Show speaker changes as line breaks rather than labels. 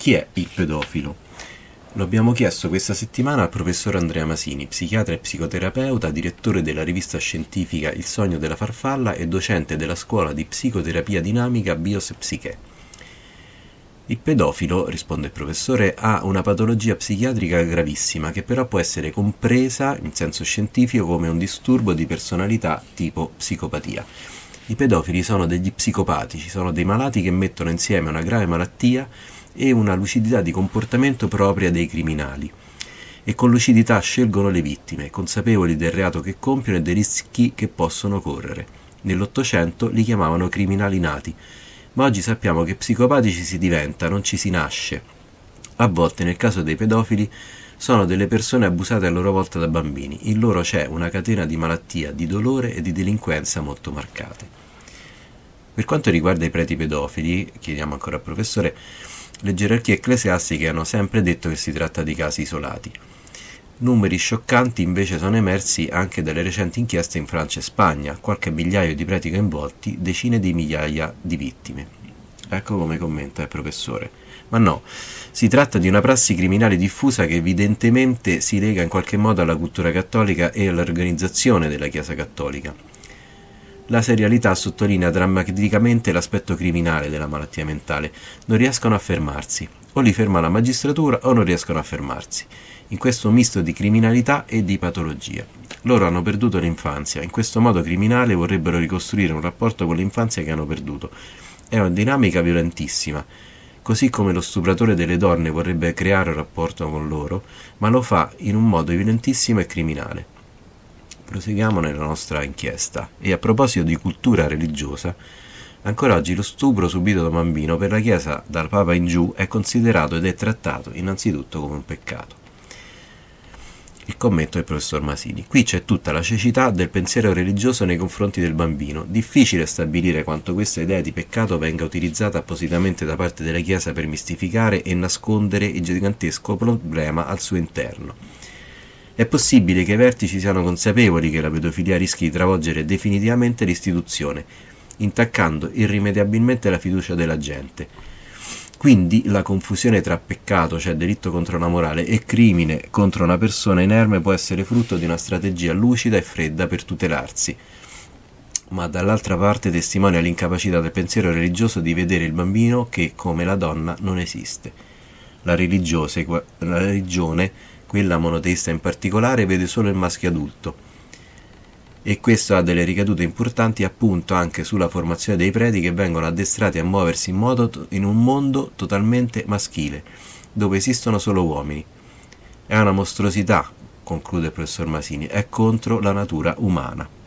Chi è il pedofilo? Lo abbiamo chiesto questa settimana al professor Andrea Masini, psichiatra e psicoterapeuta, direttore della rivista scientifica Il sogno della farfalla e docente della scuola di psicoterapia dinamica Bios Psiche. Il pedofilo, risponde il professore, ha una patologia psichiatrica gravissima che però può essere compresa in senso scientifico come un disturbo di personalità tipo psicopatia. I pedofili sono degli psicopatici, sono dei malati che mettono insieme una grave malattia e una lucidità di comportamento propria dei criminali, e con lucidità scelgono le vittime, consapevoli del reato che compiono e dei rischi che possono correre. Nell'Ottocento li chiamavano criminali nati, ma oggi sappiamo che psicopatici si diventa, non ci si nasce. A volte, nel caso dei pedofili, sono delle persone abusate a loro volta da bambini. In loro c'è una catena di malattia, di dolore e di delinquenza molto marcate. Per quanto riguarda i preti pedofili, chiediamo ancora al professore, le gerarchie ecclesiastiche hanno sempre detto che si tratta di casi isolati. Numeri scioccanti invece sono emersi anche dalle recenti inchieste in Francia e Spagna, qualche migliaio di preti coinvolti, decine di migliaia di vittime. Ecco come commenta il professore. Ma no, si tratta di una prassi criminale diffusa che evidentemente si lega in qualche modo alla cultura cattolica e all'organizzazione della Chiesa cattolica. La serialità sottolinea drammaticamente l'aspetto criminale della malattia mentale. Non riescono a fermarsi. O li ferma la magistratura o non riescono a fermarsi. In questo misto di criminalità e di patologia. Loro hanno perduto l'infanzia. In questo modo criminale vorrebbero ricostruire un rapporto con l'infanzia che hanno perduto. È una dinamica violentissima. Così come lo stupratore delle donne vorrebbe creare un rapporto con loro, ma lo fa in un modo violentissimo e criminale. Proseguiamo nella nostra inchiesta. E a proposito di cultura religiosa, ancora oggi lo stupro subito da un bambino per la Chiesa dal Papa in giù è considerato ed è trattato innanzitutto come un peccato. Il commento del professor Masini. Qui c'è tutta la cecità del pensiero religioso nei confronti del bambino. Difficile stabilire quanto questa idea di peccato venga utilizzata appositamente da parte della Chiesa per mistificare e nascondere il gigantesco problema al suo interno. È possibile che i vertici siano consapevoli che la pedofilia rischi di travolgere definitivamente l'istituzione, intaccando irrimediabilmente la fiducia della gente. Quindi la confusione tra peccato, cioè delitto contro la morale, e crimine contro una persona inerme può essere frutto di una strategia lucida e fredda per tutelarsi, ma dall'altra parte testimonia l'incapacità del pensiero religioso di vedere il bambino che, come la donna, non esiste. La religione, quella monoteista in particolare, vede solo il maschio adulto, e questo ha delle ricadute importanti appunto anche sulla formazione dei preti che vengono addestrati a muoversi in un mondo totalmente maschile, dove esistono solo uomini. È una mostruosità, conclude il professor Masini, è contro la natura umana.